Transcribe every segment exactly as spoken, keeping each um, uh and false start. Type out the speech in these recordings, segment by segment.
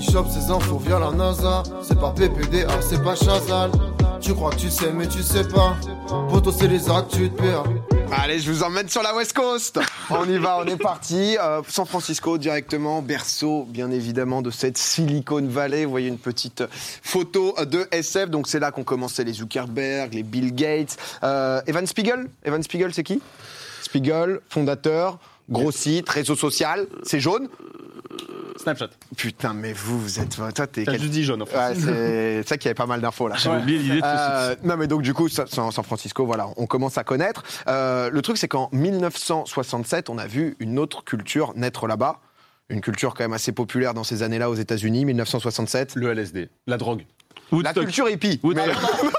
chope ces infos via la NASA. C'est pas P P D A, c'est pas Chazal. Tu crois que tu sais mais tu sais pas. Poto c'est les actus de P A. Allez, je vous emmène sur la West Coast. On y va, on est parti. Euh, San Francisco directement, berceau bien évidemment de cette Silicon Valley. Vous voyez une petite photo de S F. Donc c'est là qu'ont commencé les Zuckerberg, les Bill Gates. Euh, Evan Spiegel, Evan Spiegel, c'est qui ? Spiegel, fondateur, gros site, réseau social. C'est jaune ? Snapchat. Putain, mais vous, vous êtes... Toi, t'es T'as quel... juste dit jaune, en fait. Ouais, c'est ça qu'il y avait pas mal d'infos, là. J'avais oublié l'idée de Euh, non, mais donc, du coup, San San Francisco, voilà, on commence à connaître. Euh, le truc, c'est qu'en dix-neuf cent soixante-sept, on a vu une autre culture naître là-bas. Une culture quand même assez populaire dans ces années-là aux États-Unis, dix-neuf cent soixante-sept. Le L S D, la drogue. La Woodstock. culture hippie. Woodstock. Mais...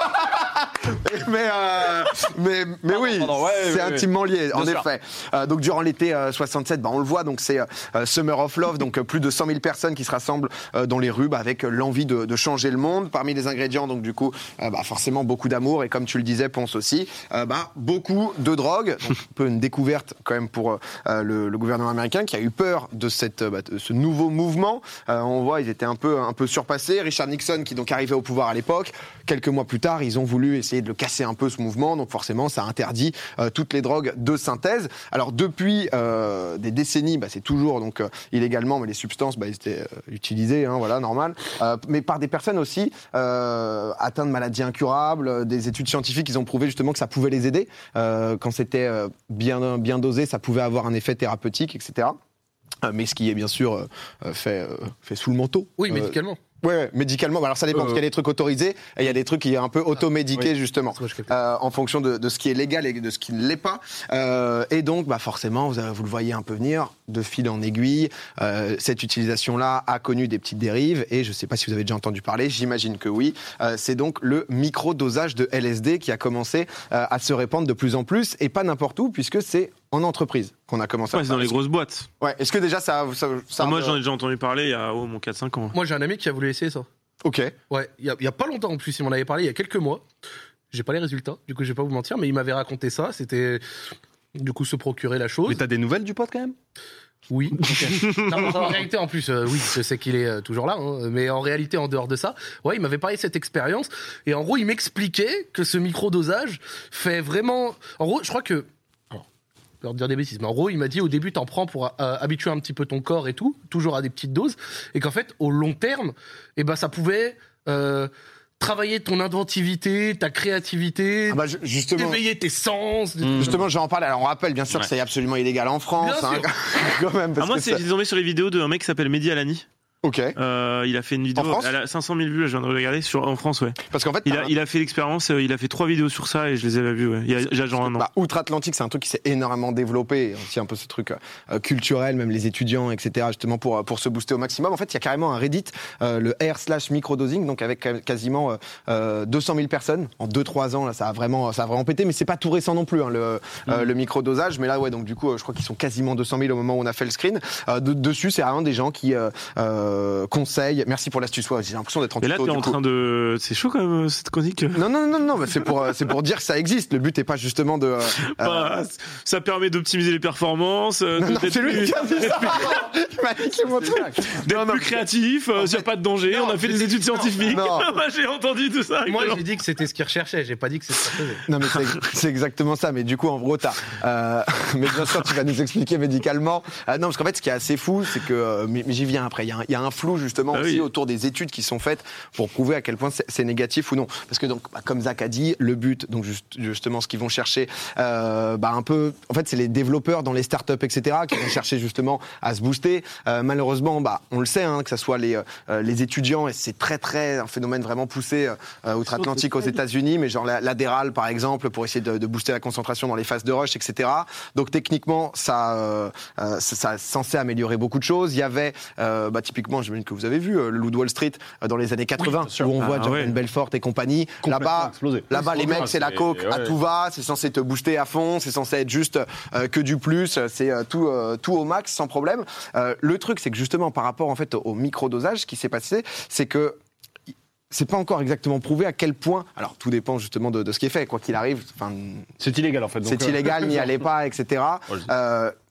mais, euh, mais, mais Pardon, oui, pardon, ouais, c'est ouais, intimement lié, en Bien sûr. effet. Euh, donc durant l'été euh, soixante-sept, bah, on le voit, donc c'est euh, Summer of Love, donc euh, plus de cent mille personnes qui se rassemblent euh, dans les rues bah, avec euh, l'envie de, de changer le monde. Parmi les ingrédients, donc du coup, euh, bah, forcément beaucoup d'amour et comme tu le disais, Ponce aussi, euh, bah, beaucoup de drogue. Donc, un peu une découverte quand même pour euh, le, le gouvernement américain qui a eu peur de, cette, bah, de ce nouveau mouvement. Euh, on voit, ils étaient un peu, un peu surpassés. Richard Nixon qui donc arrivait au pouvoir à l'époque, quelques mois plus tard, ils ont voulu essayer de le casser un peu ce mouvement, donc forcément ça interdit euh, toutes les drogues de synthèse. Alors depuis euh, des décennies, bah, c'est toujours donc euh, illégalement, mais les substances bah, étaient euh, utilisées, hein, voilà, normal, euh, mais par des personnes aussi euh, atteintes de maladies incurables. euh, Des études scientifiques, ils ont prouvé justement que ça pouvait les aider euh, quand c'était euh, bien bien dosé, ça pouvait avoir un effet thérapeutique, et cetera. Euh, mais ce qui est bien sûr euh, fait euh, fait sous le manteau. Oui, Euh, médicalement. Ouais, ouais, médicalement. Alors ça dépend, Euh, parce qu'il y a des trucs autorisés et il y a des trucs qui sont un peu automédiqués, oui. justement, C'est moi, je capte. euh, en fonction de, de ce qui est légal et de ce qui ne l'est pas. Euh, et donc, bah forcément, vous, vous le voyez un peu venir, de fil en aiguille. Euh, cette utilisation-là a connu des petites dérives et je ne sais pas si vous avez déjà entendu parler, j'imagine que oui. Euh, c'est donc le micro-dosage de L S D qui a commencé euh, à se répandre de plus en plus et pas n'importe où, puisque c'est en entreprise qu'on a commencé Ouais, à c'est dans les grosses boîtes. Ouais, est-ce que déjà ça... ça, ça Ah, moi, j'en ai déjà entendu parler il y a au moins quatre cinq ans. Moi, j'ai un ami qui a voulu essayer ça. Ok. Ouais, il y, a- il y a pas longtemps en plus, il m'en avait parlé il y a quelques mois. J'ai pas les résultats, du coup, je vais pas vous mentir, mais il m'avait raconté ça. C'était du coup se procurer la chose. Mais t'as des nouvelles du pote quand même ? Oui. ok. Non, mais en réalité, en plus, euh, oui, je sais qu'il est euh, toujours là, hein, mais en réalité, en dehors de ça, ouais, il m'avait parlé de cette expérience. Et en gros, il m'expliquait que ce micro-dosage fait vraiment. En gros, je crois que. Alors, je vais dire des bêtises, mais en gros, il m'a dit au début, t'en prends pour euh, habituer un petit peu ton corps et tout, toujours à des petites doses, et qu'en fait, au long terme, eh ben, ça pouvait. Euh, travailler ton inventivité, ta créativité, Ah bah, ju- justement... éveiller tes sens. Mmh. Justement, je vais en parler. Alors, on rappelle, bien sûr, Ouais. que c'est absolument illégal en France. Bien hein, sûr. quand même, parce Ah, moi, que c'est, ça- j'ai tombé sur les vidéos d'un mec qui s'appelle Mehdi Alani. Ok. Euh, il a fait une vidéo. En France Elle a cinq cent mille vues, là, je viens de regarder, sur, en France, ouais. Parce qu'en fait, Il t'as a, un- il a fait l'expérience, euh, il a fait trois vidéos sur ça et je les ai vues, ouais. Il y a, il y a genre un an. bah, outre-Atlantique, c'est un truc qui s'est énormément développé, et aussi un peu ce truc euh, culturel, même les étudiants, et cetera, justement pour, pour se booster au maximum. En fait, il y a carrément un Reddit, euh, le r slash microdosing, donc avec ca- quasiment euh, deux cent mille personnes. En deux trois ans, là, ça a vraiment, ça a vraiment pété, mais c'est pas tout récent non plus, hein, le, euh, le microdosage. Mais là, ouais, donc du coup, euh, je crois qu'ils sont quasiment deux cent mille au moment où on a fait le screen. Euh, de- dessus, c'est vraiment des gens qui euh, euh, conseillent. Merci pour l'astuce, ouais, j'ai l'impression d'être en Et là, tuto, t'es du en coup. train de. C'est chaud quand même, cette chronique. Non, non, non, non, bah, c'est pour, euh, c'est pour dire que ça existe. Le but n'est pas justement de. euh, Bah, ça permet d'optimiser les performances, euh, Non, non, d'être c'est lui plus, qui a dit ça. Il m'a niqué mon truc. d'être plus créatif, il n'y a pas de danger, non, on a fait je des sais- études scientifiques. non. Moi, j'ai entendu tout ça. Moi, excellent. j'ai dit que c'était ce qu'il recherchait, j'ai pas dit que c'était ce qu'il faisait. Non, mais c'est, c'est exactement ça. Mais du coup, en gros, t'as. Euh, mais bien sûr, tu vas nous expliquer médicalement. Euh, non, parce qu'en fait, ce qui est assez fou, c'est que. Euh, mais, mais j'y viens après. Il y, a un- il y a un flou, justement, Ah aussi oui. autour des études qui sont faites pour prouver à quel point c'est, c'est négatif ou non. Parce que, donc, bah, comme Zach a dit, le but, donc, juste, justement, ce qu'ils vont chercher, euh, bah, un peu. En fait, c'est les développeurs dans les startups, et cetera, qui vont chercher, justement, à se booster. Euh, malheureusement, bah, on le sait, hein, que ce soit les, euh, les étudiants, et c'est très, très. un phénomène vraiment poussé euh, outre-Atlantique aux États-Unis, mais genre la- l'adéral, par exemple, pour essayer de, de booster la concentration dans les phases de rush, et cetera. Donc techniquement, ça, euh, euh, ça, ça censé améliorer beaucoup de choses. Il y avait, euh, bah, typiquement, j'imagine que vous avez vu, euh, le Loup de Wall Street euh, dans les années quatre-vingts, bien sûr. où on Ah, voit Jordan ouais. Belfort et compagnie. Complètement Là-bas, explosé. là-bas, les mecs, c'est la coke à ouais. tout va, c'est censé te booster à fond, c'est censé être juste euh, que du plus, c'est euh, tout, euh, tout au max, sans problème. Euh, le truc, c'est que justement, par rapport en fait au, au microdosage, ce qui s'est passé, c'est que c'est pas encore exactement prouvé à quel point. Alors tout dépend justement de, de ce qui est fait, quoi qu'il arrive. Enfin, C'est illégal en fait. donc, c'est euh, illégal, n'y allez pas, et cetera. Ouais, je- Euh,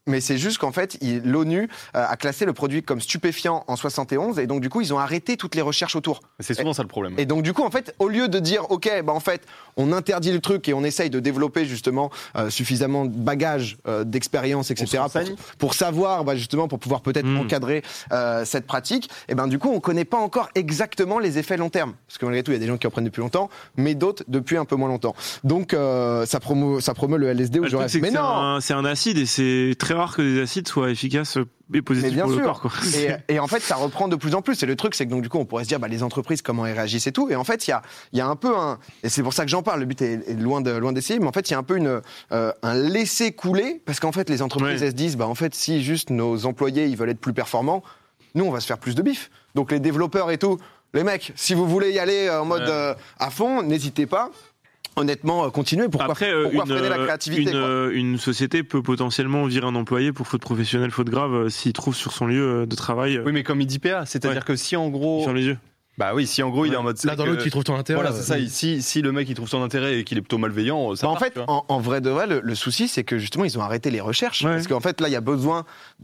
mais c'est juste qu'en fait, il, l'ONU euh, a classé le produit comme stupéfiant en soixante et onze, et donc du coup, ils ont arrêté toutes les recherches autour. C'est souvent et, ça le problème. Et donc du coup, en fait, au lieu de dire, ok, bah en fait, on interdit le truc et on essaye de développer justement euh, suffisamment de bagages, euh, d'expérience, et cetera, pour, pour savoir, bah, justement, pour pouvoir peut-être mmh. encadrer euh, cette pratique, et ben du coup, on connaît pas encore exactement les effets long terme, parce que malgré tout, il y a des gens qui en prennent depuis longtemps, mais d'autres depuis un peu moins longtemps. Donc, euh, ça promeut, ça promeut le L S D ou je reste. Mais c'est non, un, c'est un acide et c'est très rare que des acides soient efficaces et positifs bien pour sûr. le corps. Quoi. Et, et en fait, ça reprend de plus en plus. Et le truc, c'est que donc du coup, on pourrait se dire, bah, les entreprises, comment elles réagissent et tout. Et en fait, il y a, il y a un peu un, et c'est pour ça que j'en parle. Le but est, est loin de, loin d'essayer, mais en fait, il y a un peu une, euh, un laisser couler, parce qu'en fait, les entreprises, ouais. elles se disent, bah, en fait, si juste nos employés, ils veulent être plus performants, nous, on va se faire plus de bif. Donc les développeurs et tout, les mecs, si vous voulez y aller en mode ouais. euh, à fond, n'hésitez pas. Honnêtement, continuez. Pourquoi, Après, pourquoi une, freiner la créativité une, quoi une société peut potentiellement virer un employé pour faute professionnelle, faute grave, euh, s'il trouve sur son lieu de travail. Euh... Oui, mais comme il dit P A, c'est-à-dire ouais. que si en gros. Sur les yeux. Bah oui, si en gros ouais. il est en mode. Là, dans que... l'autre, il trouve ton intérêt. Voilà, c'est ça. Si, si le mec il trouve son intérêt et qu'il est plutôt malveillant, ça bah marche, en fait, en, en vrai de vrai, le, le souci, c'est que justement, ils ont arrêté les recherches. Ouais. Parce qu'en fait, là, il y a besoin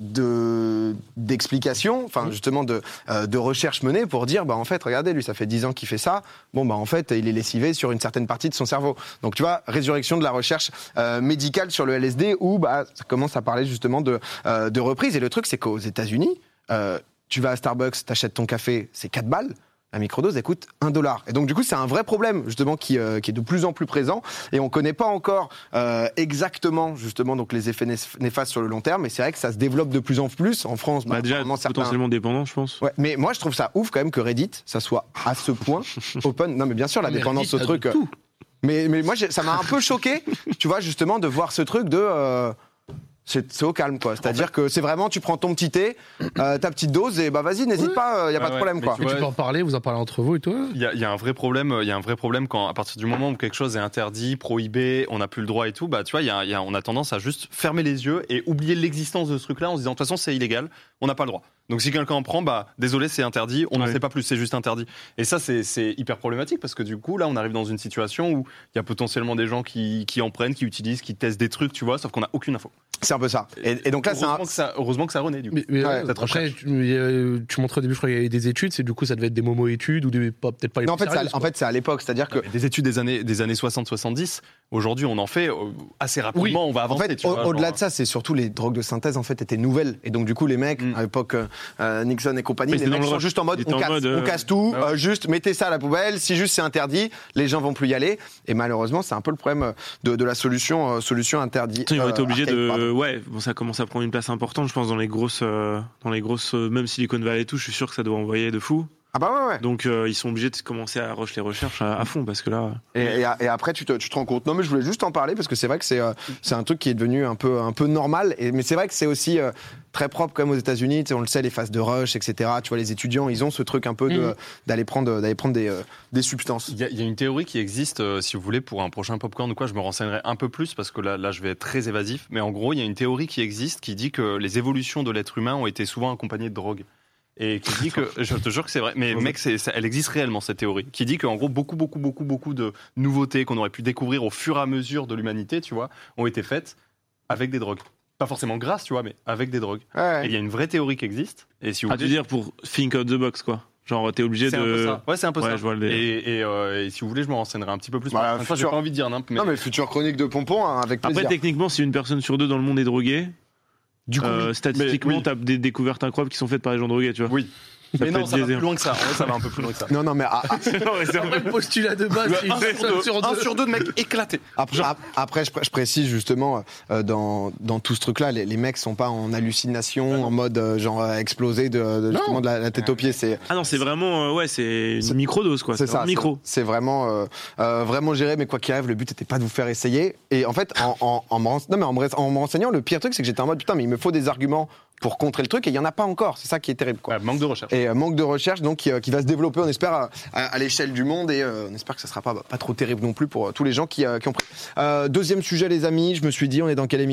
de, d'explications, enfin, justement, de, euh, de recherches menées pour dire, bah en fait, regardez, lui, ça fait dix ans qu'il fait ça. Bon, bah en fait, il est lessivé sur une certaine partie de son cerveau. Donc, tu vois, résurrection de la recherche euh, médicale sur le L S D où, bah, ça commence à parler justement de, euh, de reprise. Et le truc, c'est qu'aux États-Unis, euh, tu vas à Starbucks, t'achètes ton café, c'est quatre balles. La microdose, elle coûte un dollar. Et donc, du coup, c'est un vrai problème, justement, qui, euh, qui est de plus en plus présent. Et on ne connaît pas encore euh, exactement, justement, donc, les effets néfastes sur le long terme. Mais c'est vrai que ça se développe de plus en plus. En France, bah, bah, déjà, certains... potentiellement dépendant, je pense. Ouais, mais moi, je trouve ça ouf, quand même, que Reddit, ça soit à ce point open. Non, mais bien sûr, la mais dépendance Reddit, au truc... tout. Mais, mais moi, ça m'a un peu choqué, tu vois, justement, de voir ce truc de... Euh, C'est, c'est au calme, quoi. C'est-à-dire en fait, que c'est vraiment, tu prends ton petit thé, euh, ta petite dose, et bah vas-y, n'hésite oui. pas, il euh, y a ouais, pas de problème, ouais, quoi. Tu, vois, tu peux en parler, vous en parlez entre vous et toi. Il y a, y a un vrai problème, il y a un vrai problème quand, à partir du moment où quelque chose est interdit, prohibé, on n'a plus le droit et tout, bah tu vois, y a, y a, on a tendance à juste fermer les yeux et oublier l'existence de ce truc-là en se disant, de toute façon, c'est illégal, on n'a pas le droit. Donc si quelqu'un en prend, bah désolé, c'est interdit, on n'en ouais. sait pas plus, c'est juste interdit. Et ça, c'est, c'est hyper problématique parce que du coup, là, on arrive dans une situation où il y a potentiellement des gens qui, qui en prennent, qui utilisent, qui testent des trucs, tu vois, sauf qu'on n'a aucune info. C'est un peu ça. Et, et donc là, heureusement, c'est un... que ça, heureusement que ça renaît, du coup. Mais, mais ouais, après, tu, tu montrais au début, je crois qu'il y avait des études, c'est du coup, ça devait être des momo-études ou des, pas, peut-être pas les non, en fait, sérieuses, ça, en fait, c'est à l'époque, c'est-à-dire que... Des études des années, des années soixante soixante-dix, aujourd'hui, on en fait assez rapidement, oui. on va avancer. En fait, tu au, vois, au-delà genre... de ça, c'est surtout les drogues de synthèse, en fait, étaient nouvelles. Et donc, du coup, les mecs, mm. à l'époque, euh, Nixon et compagnie, mais les mecs sont juste en mode, on casse, mode, euh... on casse tout, ah ouais. euh, juste mettez ça à la poubelle, si juste c'est interdit, les gens vont plus y aller. Et malheureusement, c'est un peu le problème de, de la solution, euh, solution interdite. Ils ont été obligés de... Ouais, bon, ça commence à prendre une place importante, je pense, dans les grosses, euh, dans les grosses, euh, même Silicon Valley et tout, je suis sûr que ça doit envoyer de fou. Ah bah ouais, ouais. Donc euh, ils sont obligés de commencer à rush les recherches à, à fond parce que là. Et, et, et après tu te, tu te rends compte. Non mais je voulais juste en parler parce que c'est vrai que c'est euh, c'est un truc qui est devenu un peu un peu normal. Et, mais c'est vrai que c'est aussi euh, très propre comme aux États-Unis. On le sait, les phases de rush, et cetera. Tu vois, les étudiants, ils ont ce truc un peu de, mmh. d'aller prendre d'aller prendre des euh, des substances. Il y, y a une théorie qui existe, euh, si vous voulez, pour un prochain popcorn ou quoi. Je me renseignerai un peu plus parce que là là je vais être très évasif. Mais en gros, il y a une théorie qui existe qui dit que les évolutions de l'être humain ont été souvent accompagnées de drogue. Et qui dit que, je te jure que c'est vrai, mais mec, c'est, ça, elle existe réellement cette théorie, qui dit qu'en gros beaucoup, beaucoup, beaucoup, beaucoup de nouveautés qu'on aurait pu découvrir au fur et à mesure de l'humanité, tu vois, ont été faites avec des drogues. Pas forcément grâce, tu vois, mais avec des drogues. Ouais. Et il y a une vraie théorie qui existe. Et si vous ah, tu veux dire pour think out the box, quoi. Genre, t'es obligé c'est de. Un peu ça. Ouais, c'est un peu ouais, ça. Je vois le... et, et, euh, et si vous voulez, je me renseignerai un petit peu plus. Bah, futur... J'ai pas envie de dire n'importe. Mais... Non, mais future chronique de Pompon, hein, avec plaisir. Après, techniquement, si une personne sur deux dans le monde est droguée, du coup, euh, oui. statistiquement, oui. t'as des découvertes incroyables qui sont faites par les gens drogués, tu vois. Oui. Ça mais non, ça va plus loin que ça. En vrai, ça va un peu plus loin que ça. Non, non, mais ah, ah. non, mais c'est un vrai postulat de base. un, sur deux, sur deux. un sur deux de mecs éclatés. Après, Genre... après je, je précise justement, euh, dans, dans tout ce truc-là, les, les mecs sont pas en hallucination, ah en mode euh, genre explosé de, de, justement de la, la tête aux pieds. C'est, ah non, c'est vraiment, euh, ouais, c'est une microdose, quoi. C'est, c'est ça. Micro. C'est, c'est vraiment, euh, euh, vraiment géré, mais quoi qu'il arrive, le but n'était pas de vous faire essayer. Et en fait, en, en, en, me, rense... non, mais en, me, en me renseignant, le pire truc, c'est que j'étais en mode putain, mais il me faut des arguments pour contrer le truc et il y en a pas encore. C'est ça qui est terrible, quoi. Ouais, manque de recherche. Et euh, manque de recherche, donc qui, euh, qui va se développer, on espère, à, à, à l'échelle du monde et euh, on espère que ça sera pas, bah, pas trop terrible non plus pour euh, tous les gens qui, euh, qui ont pris. Euh, deuxième sujet, les amis, je me suis dit, on est dans quelle émission ?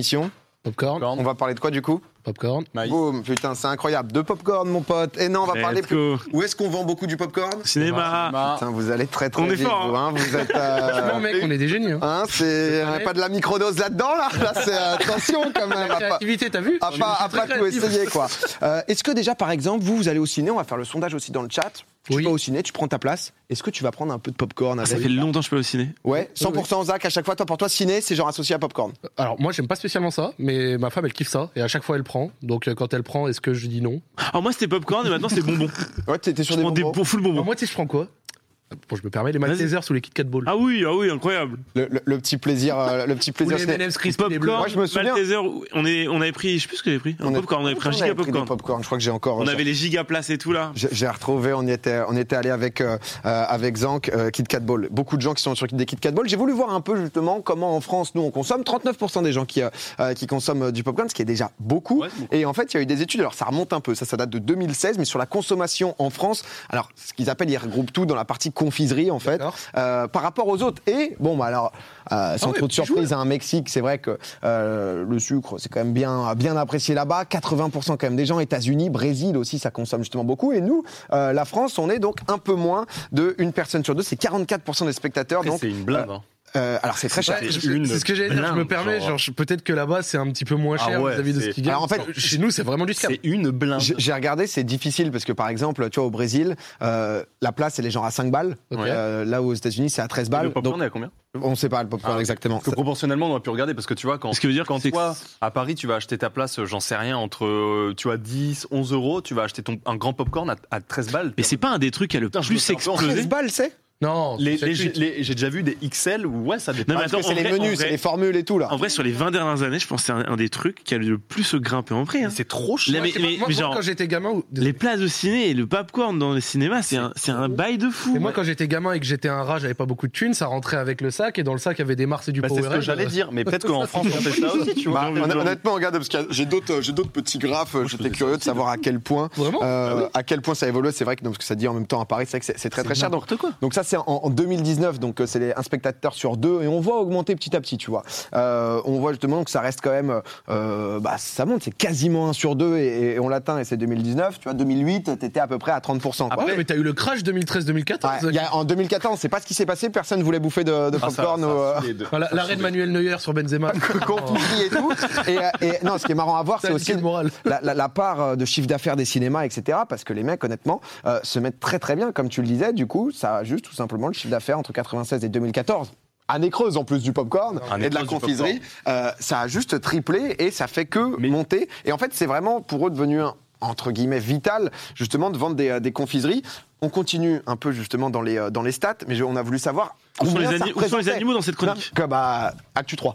Popcorn. On va parler de quoi du coup? Popcorn. Maïs. Boum, putain, c'est incroyable. De popcorn, mon pote. Et non, on va Let's parler plus. go. Où est-ce qu'on vend beaucoup du popcorn? Cinéma. Putain, vous allez très très On est vite, fort, vous, hein. Vous êtes. euh, Non, mec, on est des génies. Hein. Hein, c'est Ouais. pas de la microdose là-dedans, là. Là, c'est attention quand même. La à pas- créativité, t'as vu À pas, à pas tout essayer, quoi. Euh, Est-ce que déjà, par exemple, vous, vous allez au ciné, on va faire le sondage aussi dans le chat. Tu Oui. vas au ciné, tu prends ta place. Est-ce que tu vas prendre un peu de popcorn Ah, avec ça fait longtemps que je peux au ciné. Ouais, cent pour cent Zach, à chaque fois, toi, pour toi, ciné, c'est genre associé à popcorn. Alors, moi, j'aime pas spécialement ça, mais ma femme, elle kiffe ça. Et à chaque fois, elle prend. Donc, euh, quand elle prend, est-ce que je dis non? Alors moi c'était popcorn et maintenant c'est bonbons. Ouais, t'es t'es sur Je des prends des bonbons. bons full Alors, bonbons. moi, tu sais, je prends quoi? Bon, je me permets les Maltesers sous les Kit Kat Balls. Ah oui, ah oui, incroyable. Le, le- le petit plaisir, euh, le petit Ou plaisir. les ciné. M and M's crispy, les bleus. Popcorn, Moi, je me souviens- Malteser, on, est, on avait pris, je sais plus ce que j'avais pris. Un On a- popcorn, on avait pris un On giga avait pris des popcorn. popcorn. Je crois que j'ai encore. On avait les giga places et tout là. J'ai j'ai retrouvé, on y était, on était allé avec euh, euh, avec Zank, euh, Kit Kat Ball. Beaucoup de gens qui sont sur des Kit Kat Ball. J'ai voulu voir un peu justement comment en France nous on consomme. trente-neuf pour cent des gens qui euh, euh, qui consomment euh, du popcorn, ce qui est déjà beaucoup. Ouais, c'est beaucoup. Et en fait, il y a eu des études. Alors ça remonte un peu. Ça, ça date de deux mille seize, mais sur la consommation en France. Alors ce qu'ils appellent, ils regroupent tout dans la partie confiserie en fait, D'accord. euh, par rapport aux autres. Et bon, bah alors euh, sans Ah ouais, trop de petit surprise, un Mexique, c'est vrai que euh, le sucre, c'est quand même bien bien apprécié là-bas. quatre-vingts pour cent quand même des gens. États-Unis, Brésil aussi, ça consomme justement beaucoup. Et nous, euh, la France, on est donc un peu moins de une personne sur deux. C'est quarante-quatre pour cent des spectateurs. Après, Donc, c'est une blinde. hein. euh, alors c'est très cher. Ouais, C'est je- une c'est ce que j'allais dire, je me blinde, permets, genre. genre, je- peut-être que là-bas c'est un petit peu moins Ah cher ouais, vis-à-vis de ce c'est- qu'ils gagnent. Alors, en fait, chez nous c'est vraiment du scam. C'est une blinde. J'ai j'ai regardé, c'est difficile parce que par exemple, tu vois, au Brésil, euh, la place elle est genre à cinq balles. Ok. Euh, là aux États-Unis, c'est à treize Et balles. le popcorn Donc est à combien? on sait pas le popcorn Ah, exactement. Parce que proportionnellement, on aurait pu regarder parce que tu vois, quand, Ce qui veut dire quand c'est que- toi, à Paris, tu vas acheter ta place, euh, j'en sais rien, entre euh, tu vois, dix, onze euros, tu vas acheter ton, un grand popcorn à, à treize balles. Mais c'est pas un des trucs qui a le Putain, je me plus fais un peu explosé. treize balles, c'est Non, Les, c'est les- sept, huit. les- J'ai déjà vu des X L où, ouais, ça dépend. Non, mais Parce attends, que c'est en les vrai- en menus, c'est vrai- les formules et tout là. En vrai, sur les vingt dernières années, je pense que c'est un, un des trucs qui a le plus grimpé en prix. Hein. C'est trop cher. Là, Moi, mais- je sais pas, mais- moi, mais moi, genre- quand j'étais gamin, ou- Les places de ciné et le popcorn dans les cinémas, c'est un, c'est un bail de fou. Et moi, quand j'étais gamin et que j'étais un rat, j'avais pas beaucoup de thunes, ça rentrait avec le sac et dans le sac il y avait des Mars et du Bah, c'est ce Powerade. que j'allais dire, mais peut-être qu'en France, on fait ça aussi, tu vois. Bah, envie de honn- voir. honnêtement, regarde, parce que j'ai d'autres, j'ai d'autres petits graphes. je J'étais faisais curieux ça de aussi, savoir à quel point, Vraiment euh, à quel point ça évolue. C'est vrai que, donc, ce que ça dit en même temps à Paris, c'est vrai que c'est c'est très très cher. Donc, N'importe quoi. donc ça c'est en, en deux mille dix-neuf, donc euh, c'est les- un spectateur sur deux, et on voit augmenter petit à petit, tu vois. Euh, on voit justement que ça reste quand même, euh, bah ça monte, c'est quasiment un sur deux, et, et on l'atteint, et c'est deux mille dix-neuf. Tu vois, deux mille huit, t'étais à peu près à trente pour cent. quoi. Ah ouais, mais t'as eu le crash deux mille treize deux mille quatorze. Ouais, il y a- en deux mille quatorze, c'est pas ce qui s'est passé. Personne voulait bouffer de, de Ah, ça- popcorn. ça ou, euh, a saoulé de- Voilà, l'arrêt de Manuel Neuer sur Benzema. confiserie et tout. Et, euh, et non, ce qui est marrant à voir, c'est C'est aussi le moral. la, la- la part euh, de chiffre d'affaires des cinémas, et cetera. Parce que les mecs, honnêtement, euh, se mettent très très bien. Comme tu le disais, du coup, ça a juste tout simplement le chiffre d'affaires entre quatre-vingt-seize et deux mille quatorze. Année creuse en plus du popcorn Année et de la creuse du confiserie. Euh, ça a juste triplé et ça fait que Mais- monter. Et en fait, c'est vraiment pour eux devenu un, entre guillemets, vital, justement, de vendre des, euh, des confiseries. On continue un peu justement dans les, euh, dans les stats, mais je- on a voulu savoir Où sont, les combien ça ani- où sont les représentait. animaux dans cette chronique Non, que, bah, Actu trois.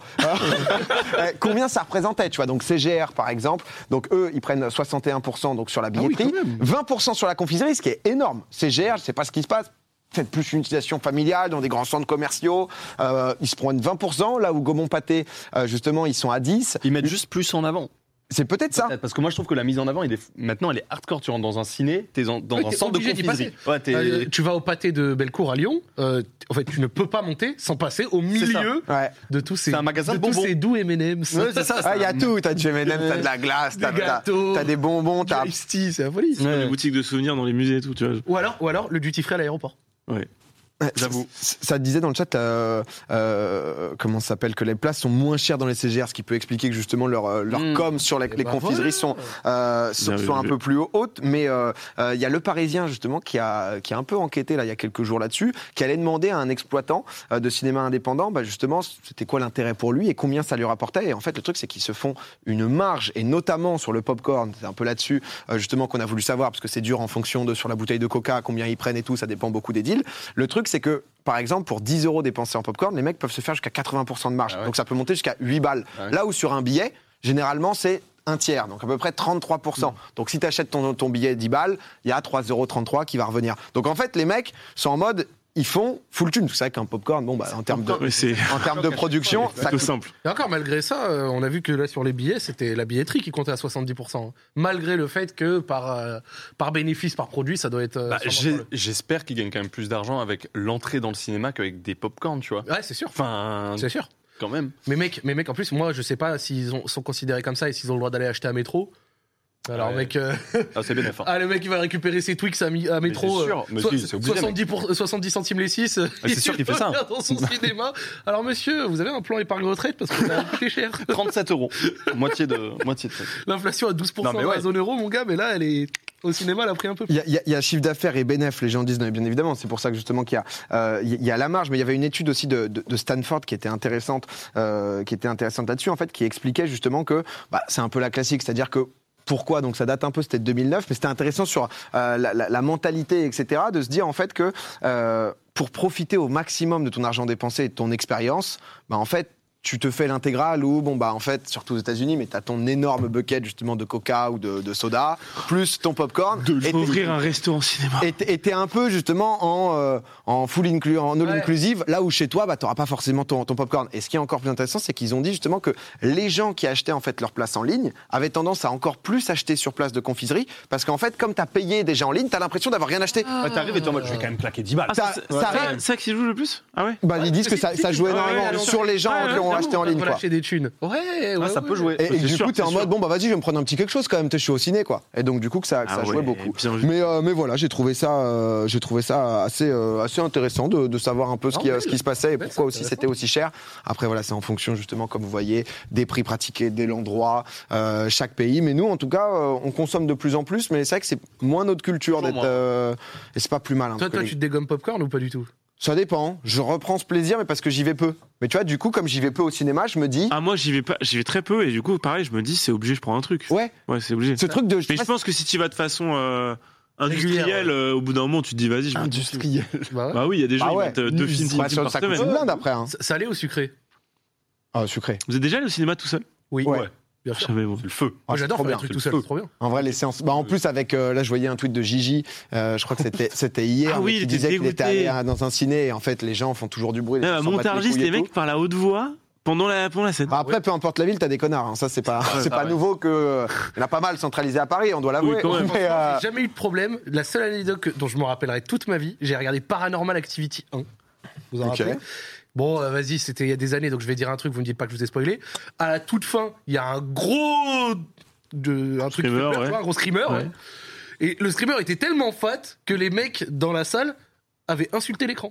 Euh, combien ça représentait, tu vois. Donc C G R, par exemple, donc eux, ils prennent soixante et un pour cent donc, sur la Ah oui, billetterie, quand même. vingt pour cent sur la confiserie, ce qui est énorme. C G R, je sais pas ce qui se passe. Faites plus une utilisation familiale dans des grands centres commerciaux. Euh, ils se prennent vingt pour cent, là où Gaumont Pâté, euh, justement, ils sont à dix. Ils mettent juste plus en avant. C'est peut-être ça. Peut-être, Parce que moi, je trouve que la mise en avant, il est... maintenant, elle est hardcore. Tu rentres dans un ciné, t'es en- dans Oui, un t'es centre de obligé d'y confiserie. Ouais, t'es- Euh, tu vas au pâté de Bellecour à Lyon, euh, en fait, tu ne peux pas monter sans passer au milieu Ouais. de tous ces, C'est un magasin de de tous bonbons. ces doux M and M's. Ouais, c'est ça. Ah, il y a tout. T'as du M and M, t'as de la glace, Des t'as, t'as- gâteaux, t'as des bonbons, Du t'as. iced tea, c'est la folie. Dans les boutiques de souvenirs, dans les musées et tout, tu vois. Ou alors, ou alors le duty free à l'aéroport. Ouais. J'avoue. Ça, ça disait dans le chat, euh, euh, comment ça s'appelle, que les places sont moins chères dans les C G R, ce qui peut expliquer que justement leur, euh, leur Mm. com sur les, Eh les ben confiseries voilà. sont, euh, sont, Bien sont un vu. peu plus hautes. Mais il euh, euh, il y a Le Parisien justement qui a, qui a un peu enquêté là il y a quelques jours là-dessus, qui allait demander à un exploitant euh, de cinéma indépendant, bah, justement, c'était quoi l'intérêt pour lui et combien ça lui rapportait. Et en fait, le truc c'est qu'ils se font une marge, et notamment sur le popcorn. C'est un peu là-dessus euh, justement qu'on a voulu savoir, parce que c'est dur en fonction de sur la bouteille de Coca, combien ils prennent et tout, ça dépend beaucoup des deals. Le truc c'est que par exemple, pour dix euros dépensés en popcorn, les mecs peuvent se faire jusqu'à quatre-vingts pour cent de marge. Ah ouais. Donc ça peut monter jusqu'à huit balles. Ah ouais. Là où sur un billet, généralement, c'est un tiers, donc à peu près trente-trois pour cent. Donc si tu achètes ton, ton billet dix balles, il y a trois euros trente-trois qui va revenir. Donc en fait, les mecs sont en mode, ils font full thune. C'est vrai qu'un popcorn, bon, bah, en termes de, Mais c'est en termes de production, ça plutôt coûte. simple. Et encore, malgré ça, euh, on a vu que là, sur les billets, c'était la billetterie qui comptait à soixante-dix pour cent. Malgré le fait que par, euh, par bénéfice, par produit, ça doit être. euh, Bah, sûrement j'ai- sur le- J'espère qu'ils gagnent quand même plus d'argent avec l'entrée dans le cinéma qu'avec des pop-corn, tu vois. Ouais, c'est sûr. Enfin, C'est sûr. Quand même. Mais mec, mais mec, en plus, moi, je sais pas s'ils ont- sont considérés comme ça et s'ils ont le droit d'aller acheter un métro. Alors, Ouais. mec, euh, Ah, c'est bénéf. hein. ah, le mec, il va récupérer ses Twix à, mi- à métro. c'est sûr. euh, Mais so- si, c'est obligé, soixante-dix, pour- soixante-dix centimes les six. c'est sûr qu'il fait ça. Dans son cinéma. Alors, monsieur, vous avez un plan épargne retraite parce que ça va coûter cher. trente-sept euros. Moitié de, moitié de ça. L'inflation à douze pour cent Non, mais dans ouais. la zone euro, mon gars, mais là, elle est au cinéma, elle a pris un peu plus. Il y, a- il y a- il y a chiffre d'affaires et bénéf, les gens disent non, bien évidemment, c'est pour ça que justement qu'il y a, euh, il y a la marge, mais il y avait une étude aussi de, de, de Stanford qui était intéressante, euh, qui était intéressante là-dessus en fait, qui expliquait justement que bah, c'est un peu la classique, c'est-à-dire que pourquoi, donc ça date un peu, c'était de deux mille neuf, mais c'était intéressant sur euh, la, la- la mentalité, et cetera, de se dire en fait que euh, pour profiter au maximum de ton argent dépensé et de ton expérience, bah, en fait, tu te fais l'intégrale ou, bon, bah, en fait, surtout aux États-Unis, mais tu as ton énorme bucket justement de coca ou de, de soda, plus ton popcorn. De et t'es- ouvrir un resto en cinéma. et t'es et t'es un peu justement en, euh, en full inclu, en all Ouais. inclusive, là où chez toi, bah, t'auras pas forcément ton, ton popcorn. Et ce qui est encore plus intéressant, c'est qu'ils ont dit justement que les gens qui achetaient en fait leur place en ligne avaient tendance à encore plus acheter sur place de confiserie, parce qu'en fait, comme t'as payé déjà en ligne, t'as l'impression d'avoir rien acheté. Ouais, T'arrives et t'es en mode, je vais quand même claquer dix balles. Ah, ça- ça, ça ça, arrive. ça qui joue le plus? Ah ouais? Bah, ils disent que ça, ça joue Ah ouais, énormément ouais, sur les gens ouais, qui ont ouais, acheté en ligne, Pour quoi. lâcher des thunes. Ouais, ouais, Ah, ça ouais. peut jouer. Et, et C'est du sûr, coup, t'es en c'est mode, sûr. bon, bah vas-y, je vais me prendre un petit quelque chose quand même, je suis au ciné, quoi. Et donc, du coup, que ça, que ça Ah jouait ouais, beaucoup. bien vu. Mais, euh, mais voilà, j'ai trouvé ça, euh, j'ai trouvé ça assez, euh, assez intéressant de, de savoir un peu ce Ah qui, ouais, ce qui se passait et ouais, pourquoi c'est aussi intéressant. c'était aussi cher. Après, voilà, c'est en fonction, justement, comme vous voyez, des prix pratiqués, de l'endroit, euh, chaque pays. Mais nous, en tout cas, euh, on consomme de plus en plus, mais c'est vrai que c'est moins notre culture Toujours d'être. moins. euh, et c'est pas plus mal. hein, Toi, parce que toi, les- tu te dégommes popcorn ou pas du tout? Ça dépend. Je reprends ce plaisir, mais parce que j'y vais peu. Mais tu vois, du coup, comme j'y vais peu au cinéma, je me dis. Ah, moi, j'y vais pas, j'y vais très peu, et du coup, pareil, je me dis, c'est obligé, je prends un truc. Ouais, Ouais, c'est obligé. ce truc de. Mais je pense que si tu vas de façon euh, industrielle, Régulière, ouais. euh, au bout d'un moment, tu te dis, vas-y, je vais. Industriel. Bah ouais. Bah oui, il y a des gens Ah qui ouais. mettent euh, deux films, trois Bah, films ça, par ça coûte une semaine. blinde après. Hein. S- Salé ou sucré? Ah, sucré. Vous êtes déjà allé au cinéma tout seul? Oui. Ouais. Bien Je sûr. savais, moi. C'est le feu. Ah, Moi, c'est j'adore trop faire des bien. trucs C'est tout le seul, feu. c'est trop bien. En vrai, les séances. Bah, en plus, avec. euh, là, je voyais un tweet de Gigi. euh, je crois que c'était c'était hier. Ah mais oui, qui il était disait qu'il était dégoûté. allé à- dans un ciné et en fait, les gens font toujours du bruit. Même à Montargis, les mecs parlent à haute voix pendant la, pendant la scène. Bah, après, peu importe la ville, t'as des connards. hein. Ça, c'est pas, c'est pas ouais. nouveau que. Il y en a pas mal centralisé à Paris, on doit l'avouer. Oui, quand même. Mais, euh, J'ai jamais eu de problème. La seule anecdote que- dont je me rappellerai toute ma vie, j'ai regardé Paranormal Activity un. Vous en Ok. rappelez? Bon, euh, vas-y, c'était il y a des années, donc je vais dire un truc, vous me dites pas que je vous ai spoilé. À la toute fin, il y a un gros. De, un truc qui fait Screamer, peur, ouais. tu vois, un gros screamer. Ouais. ouais. Et le screamer était tellement fat que les mecs dans la salle avaient insulté l'écran.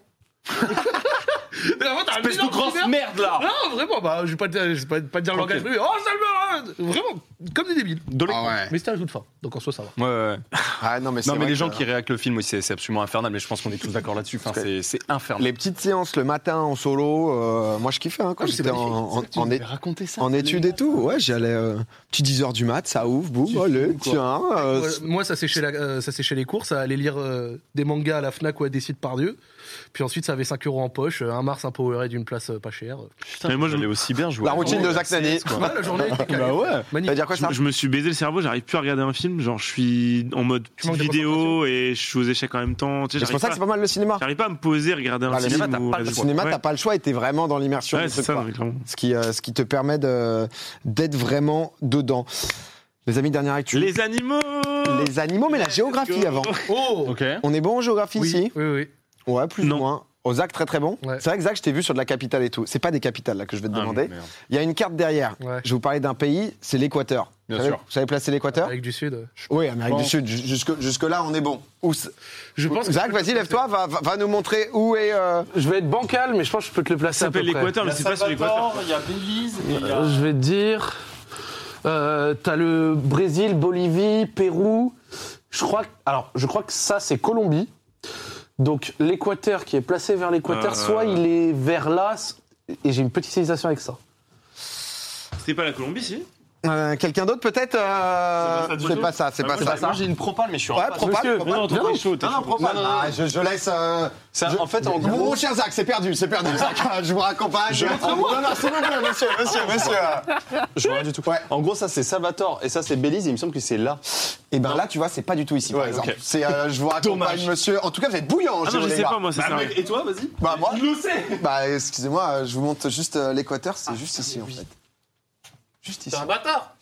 Vraiment, t'as un Espèce de énorme grosse screamer. merde là. Non, vraiment, bah, je vais pas, te- je vais pas, pas te dire le langage. Tranquille. mais- Oh, ça me. Vraiment, comme des débiles. Ah ouais. Mais c'était à la toute fin, donc en soi, ça va. Ouais, ouais, ouais. Ah, non, mais, c'est Non, mais vrai les que, gens euh, qui réactent le film, oui, c'est c'est absolument infernal, mais je pense qu'on est tous d'accord là-dessus. Enfin, c'est c'est infernal. Les petites séances le matin en solo, euh, moi je kiffais hein, quand Ah, mais c'est j'étais en, magnifique. en, en, é- raconter ça. en études et tout. Ouais, j'y allais euh, petit dix heures du mat, ça ouvre, boum, allez, tiens. euh, Ouais, moi, ça séchait, la, euh, ça séchait les courses, à aller lire euh, des mangas à la Fnac ou à Décide par Dieu. Puis ensuite, ça avait cinq euros en poche, euh, un Mars, un Powerade d'une place euh, pas chère. Putain, Mais moi, je- j'allais aussi bien jouer. La routine de Zach Nani. Ouais, la journée était calée. Bah ouais. Ça veut Magnifique. dire quoi ça Je, je me suis baisé le cerveau, j'arrive plus à regarder un film. Genre, je suis en mode Tu manques petite de vidéo et je suis aux échecs en même temps. Tu sais, C'est pour j'arrive ça que c'est pas, pas mal le cinéma. j'arrive pas à me poser, regarder un Ah, le film. cinéma, t'as ou- pas le Le choix. cinéma, Ouais. t'as pas le choix et t'es vraiment dans l'immersion Ouais, du c'est truc. ça, quoi. mais clairement. Ce qui, euh, ce qui te permet de- d'être vraiment dedans. Les amis, dernière actu. Les animaux Les animaux, mais la géographie go. avant. Oh Ok. On est bon en géographie Oui, ici oui, oui. Ouais, plus Non. ou moins. Au Zach, très très bon. Ouais. C'est vrai que Zach, je t'ai vu sur de la capitale et tout. C'est pas des capitales là que je vais te Ah, demander. merde. Il y a une carte derrière. Ouais. Je vais vous parler d'un pays, c'est l'Équateur. Bien vous savez, sûr. Vous savez placer l'Équateur Amérique du Sud. Oui, Amérique Bon. du Sud. Ju- Jusque, jusque là, on est bon. Où c'est- Je pense que Zach, je peux vas-y, te lève-toi, va, va, va nous montrer où est. euh, Je vais être bancal, mais je pense que je peux te le placer Ça à peu s'appelle près. l'Équateur, mais c'est pas sur l'Équateur. il y a Belize et il y a. Euh, je vais te dire. Euh, T'as le Brésil, Bolivie, Pérou. Je crois. que- Alors, je crois que ça c'est Colombie. Donc l'Équateur qui est placé vers l'Équateur, Euh. soit il est vers là, et j'ai une petite civilisation avec ça. C'était pas la Colombie, si euh, Quelqu'un d'autre peut-être euh, C'est pas ça, c'est Ah, pas moi, ça. Moi j'ai une propale, mais je suis en Ouais, face. propale, Monsieur, propale. Non, toi, t'es chaud, t'es Non, non, chaud. propale. Ah, je, je laisse. euh, Ça, je- en fait, en Mon gros. mon cher Zach, c'est perdu, c'est perdu. Zach, je vous raccompagne. Je- Non, non, s'il vous plaît, monsieur, monsieur, monsieur. Je vois rien du tout. Ouais. En gros, ça c'est Salvatore et ça c'est Belize. Et il me semble que c'est là. Et ben là, tu vois, c'est pas du tout ici, par Ouais, exemple. ok. C'est, euh, je vous raccompagne, Dommage. monsieur. En tout cas, vous êtes bouillant, Ah non, je les sais gars. pas, moi, c'est ça. Et toi, vas-y. Bah, moi. Il le sait. Bah, excusez-moi, je vous montre juste euh, l'Équateur, c'est juste ici, en fait. Juste ici. bâtard.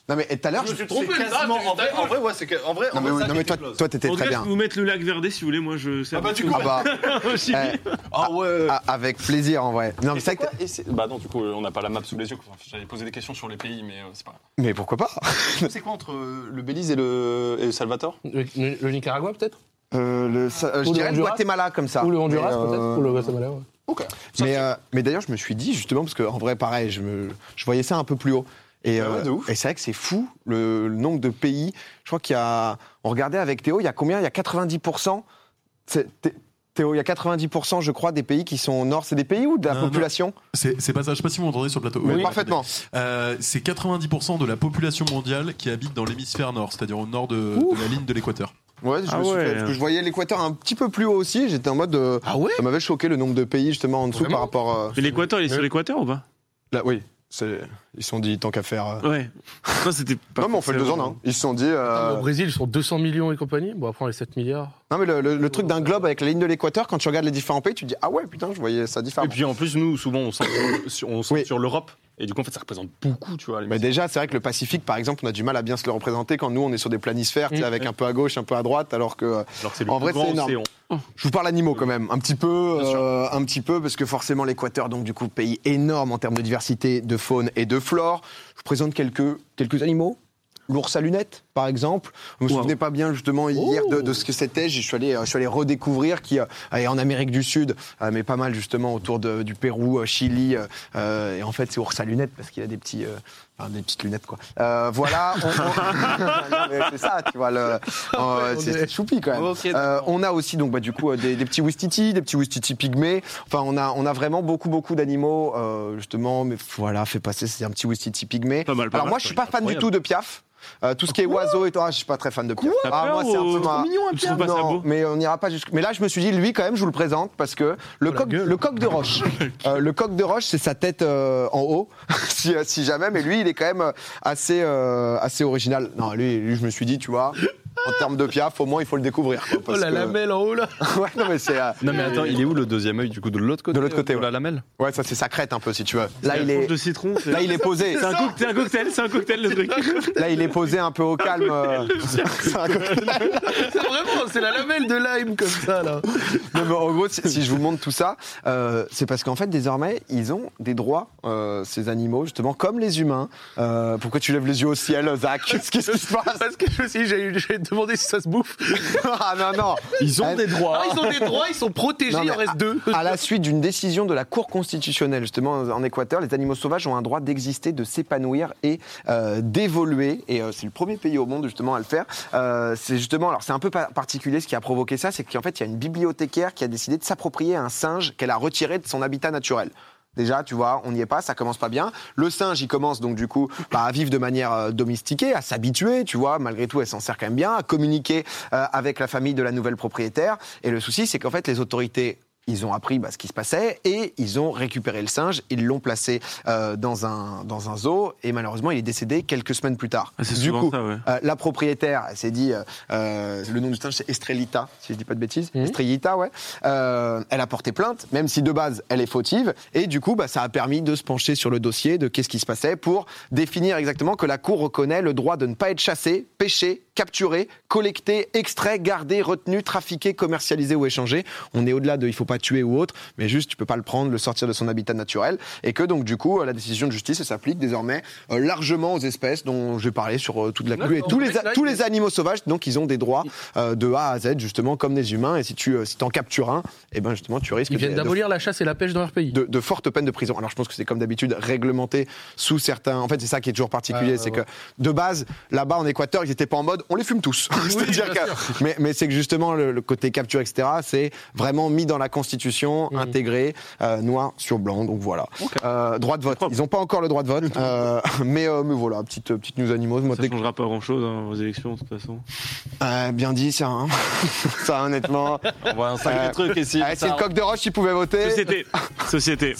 Non mais et tout à l'heure, Je me suis trompé, C'est là, quasiment- t'es en vrai, juste à en vrai, ouais, c'est que, en vrai, non en mais, vrai, ça non, mais a toi, quelque chose. toi t'étais En tout très cas, bien. je peux vous mettre le lac Verdé si vous voulez. Moi, je sais. Ah bah, du Ah bah, Aussi. eh, Ah ouais. ah, avec plaisir en vrai. Non mais Et c'est c'est vrai que quoi Et c'est- Bah non, du coup, on n'a pas la map sous les yeux. Enfin, j'allais poser des questions sur les pays, mais euh, c'est pas. mais pourquoi pas C'est quoi entre euh, le Belize et le, et le Salvador Le, le- le Nicaragua, peut-être euh, le, ça- euh, Je Ou le dirais le Honduras Guatemala comme ça. Ou le Honduras, Mais, euh, peut-être Ou le Guatemala, ouais. Ok. Mais, euh, mais d'ailleurs, je me suis dit, justement, parce qu'en vrai, pareil, je, me, je voyais ça un peu plus haut. Et, Ah ouais, euh, de ouf. et c'est vrai que c'est fou, le, le nombre de pays. Je crois qu'il y a. On regardait avec Théo, il y a combien Il y a quatre-vingt-dix pour cent. C'est- Thé- Théo, il y a quatre-vingt-dix pour cent, je crois, des pays qui sont au nord. C'est des pays ou de la Non, non. population C'est c'est pas ça, je sais pas si vous m'entendez sur le plateau. Oui, Ouais, parfaitement. Euh, c'est quatre-vingt-dix pour cent de la population mondiale qui habite dans l'hémisphère nord, c'est-à-dire au nord de, de la ligne de l'équateur. Ouais, je Ah me suis ouais. fait- parce que je voyais l'équateur un petit peu plus haut aussi. J'étais en mode. euh, Ah ouais ça m'avait choqué le nombre de pays, justement, en dessous Vraiment par rapport. euh, Mais l'équateur, il est sur l'équateur ou pas là, oui, c'est- ils se sont dit, tant qu'à faire. euh, Ouais. Non, c'était pas. Non, mais on fait le deux ans, non. Ils se sont dit. euh, Au Brésil, ils sont deux cents millions et compagnie. Bon, après, on est sept milliards. Non, mais le, le- le truc d'un globe avec la ligne de l'équateur, quand tu regardes les différents pays, tu te dis ah ouais, putain, je voyais ça Et différemment. puis en plus, nous, souvent, on centre sur, on centre Oui. sur l'Europe. Et du coup, en fait, ça représente beaucoup, tu vois. les Mais missiles. déjà, c'est vrai que le Pacifique, par exemple, on a du mal à bien se le représenter quand nous, on est sur des planisphères, tu sais, Mmh. avec un peu à gauche, un peu à droite, alors que. euh, Alors que c'est le en plus vrai, grand c'est énorme. océan. Je vous parle animaux quand même, un petit peu, Bien sûr. euh, un petit peu, parce que forcément l'équateur, donc du coup, pays énorme en termes de diversité de faune et de flore. Je vous présente quelques, quelques animaux. L'ours à lunettes, par exemple. Je me Wow. souvenais pas bien justement hier de, de ce que c'était. Je suis allé, je suis allé redécouvrir qui euh, est en Amérique du Sud, euh, mais pas mal justement autour de- du Pérou, euh, Chili. euh, et en fait, c'est ours à lunettes parce qu'il a des petits, euh, enfin, des petites lunettes quoi. Euh, voilà. on- on- Non, mais c'est ça, tu vois. Le, euh, on c'est est- c'est choupi quand même. Ok, Euh, d'accord. on a aussi donc bah, du coup euh, des, des petits ouistiti, des petits ouistiti pygmées. Enfin, on a on a vraiment beaucoup beaucoup d'animaux euh, justement. Mais voilà, fait passer, c'est un petit ouistiti pygmée. Pas mal, pas Alors mal. moi, je suis pas fan du Incroyable. tout de Piaf. Euh, tout ce qui est oiseaux et tout, ah, je suis pas très fan de Piaf. T'as Ah, peur moi, c'est un ou- peu ma- Tu trouves pas ça non, beau mais on n'ira pas jusque. Mais là, je me suis dit, lui, quand même, je vous le présente parce que le, Oh, la coq, gueule. le coq de roche, euh, le coq de roche, c'est sa tête euh, en haut, si, euh, si jamais. Mais lui, il est quand même euh, assez, euh, assez original. Non, lui, lui, je me suis dit, tu vois, en termes de Piaf, au moins, il faut le découvrir. quoi, Oh, parce la que- lamelle en haut, là. ouais, non, mais c'est. euh, Non, mais attends, il est où le deuxième œil, du coup, de l'autre côté De l'autre côté, de ouais. la lamelle ouais, ça, c'est sa crête un peu, si tu veux. Là, il La tranche est. de citron. c'est- Là, il est posé. C'est un, cock- c'est un cocktail, c'est un cocktail le truc. Là, il est posé un peu au calme. euh, c'est un cocktail. C'est vraiment, c'est la lamelle de lime comme ça, là. Non, mais en gros, si, si je vous montre tout ça, euh, c'est parce qu'en fait, désormais, ils ont des droits, euh, ces animaux, justement, comme les humains. Euh, pourquoi tu lèves les yeux au ciel, Zach Qu'est-ce qui se passe Parce que je me suis dit, j'ai j'ai demandé si ça se bouffe. Ah non, non Ils ont Ah, des droits. Ah, ils ont des droits, ils sont protégés, Non, il mais en reste deux. À la suite d'une décision de la Cour constitutionnelle, justement, en Équateur, les animaux sauvages ont un droit d'exister, de s'épanouir et euh, d'évoluer. Et euh, c'est le premier pays au monde, justement, à le faire. Euh, c'est justement, alors c'est un peu pa- particulier ce qui a provoqué ça, c'est qu'en fait, il y a une bibliothécaire qui a décidé de s'approprier un singe qu'elle a retiré de son habitat naturel. Déjà, tu vois, on n'y est pas, ça commence pas bien. Le singe, il commence donc du coup bah, à vivre de manière euh, domestiquée, à s'habituer, tu vois. Malgré tout, elle s'en sert quand même bien, à communiquer euh, avec la famille de la nouvelle propriétaire. Et le souci, c'est qu'en fait, les autorités, ils ont appris bah, ce qui se passait et ils ont récupéré le singe, ils l'ont placé euh, dans un dans un zoo et malheureusement, il est décédé quelques semaines plus tard. Ah, c'est du souvent coup, ça, ouais. euh, la propriétaire, elle s'est dit, euh, euh, le nom du singe c'est Estrellita, si je dis pas de bêtises, Mhm. Estrellita, ouais. Euh, elle a porté plainte, même si de base elle est fautive, et du coup, bah, ça a permis de se pencher sur le dossier de qu'est-ce qui se passait pour définir exactement que la Cour reconnaît le droit de ne pas être chassé, pêché, capturé, collecté, extrait, gardé, retenu, trafiqué, commercialisé ou échangé. On est au-delà de il faut pas tuer ou autre, mais juste tu peux pas le prendre, le sortir de son habitat naturel, et que donc du coup la décision de justice elle s'applique désormais euh, largement aux espèces dont j'ai parlé sur euh, toute la D'accord. et tous les Ouais, tous les animaux sauvages donc ils ont des droits euh, de A à Z justement comme des humains, et si tu euh, si t'en captures un, et ben justement tu risques Ils viennent de, de, d'abolir la chasse et la pêche dans leur pays. de, de fortes peines de prison. Alors je pense que c'est comme d'habitude réglementé sous certains. En fait, c'est ça qui est toujours particulier, Ouais, ouais, c'est ouais. que de base, là-bas en Équateur, ils étaient pas en mode on les fume tous. C'est-à-dire bien que, mais, mais c'est que justement le, le côté capture, et cetera, c'est vraiment mis dans la Constitution, Mhm. intégré, euh, noir sur blanc. Donc voilà. Euh, droit de vote. Ils n'ont pas encore le droit de vote, euh, mais, euh, mais voilà, petite petite news animaux. Moi, Ça dès- changera pas grand chose aux élections de toute façon. Euh, bien dit ça. Hein. Ça honnêtement. On voit un sacré Euh, truc ici. Ah, c'est le coq de roche qui pouvait voter. Société. Société.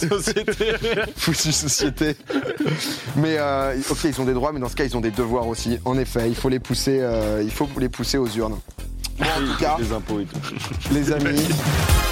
Foutue société. Mais euh, ok, ils ont des droits, mais dans ce cas, ils ont des devoirs aussi. En effet, il faut les pousser, euh, il faut les pousser aux urnes. Bon, en tout cas, Les impôts et tout. les amis.